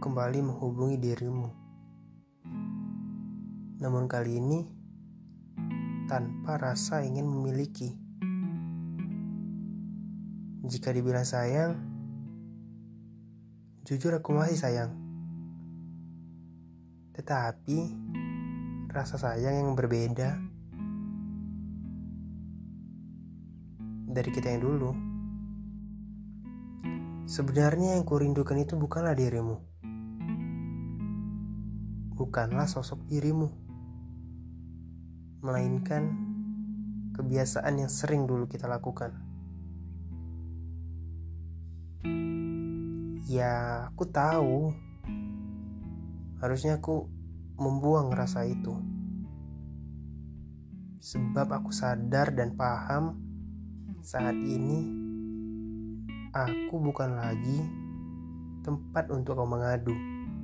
kembali menghubungi dirimu. Namun kali ini tanpa rasa ingin memiliki. Jika dibilang sayang, jujur aku masih sayang. Tetapi rasa sayang yang berbeda dari kita yang dulu. Sebenarnya yang kurindukan itu bukanlah dirimu, bukanlah sosok dirimu, melainkan kebiasaan yang sering dulu kita lakukan. Ya, aku tahu harusnya aku membuang rasa itu, sebab aku sadar dan paham saat ini aku bukan lagi tempat untuk kau mengadu.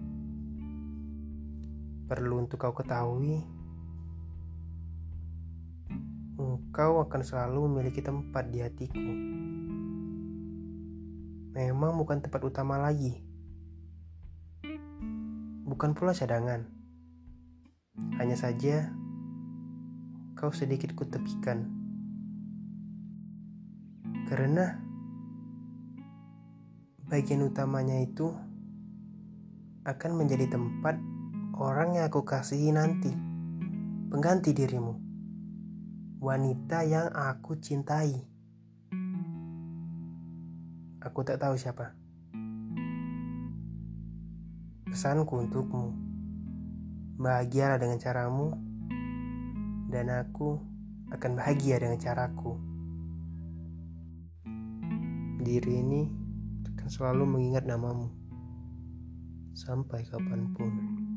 Perlu untuk kau ketahui, engkau akan selalu memiliki tempat di hatiku. Memang bukan tempat utama lagi, bukan pula cadangan. Hanya saja kau sedikit kutepikan, karena bagian utamanya itu akan menjadi tempat orang yang aku kasihi nanti, pengganti dirimu, wanita yang aku cintai. Aku tak tahu siapa. Pesanku untukmu, bahagialah dengan caramu, dan aku akan bahagia dengan caraku. Diri ini akan selalu mengingat namamu sampai kapanpun.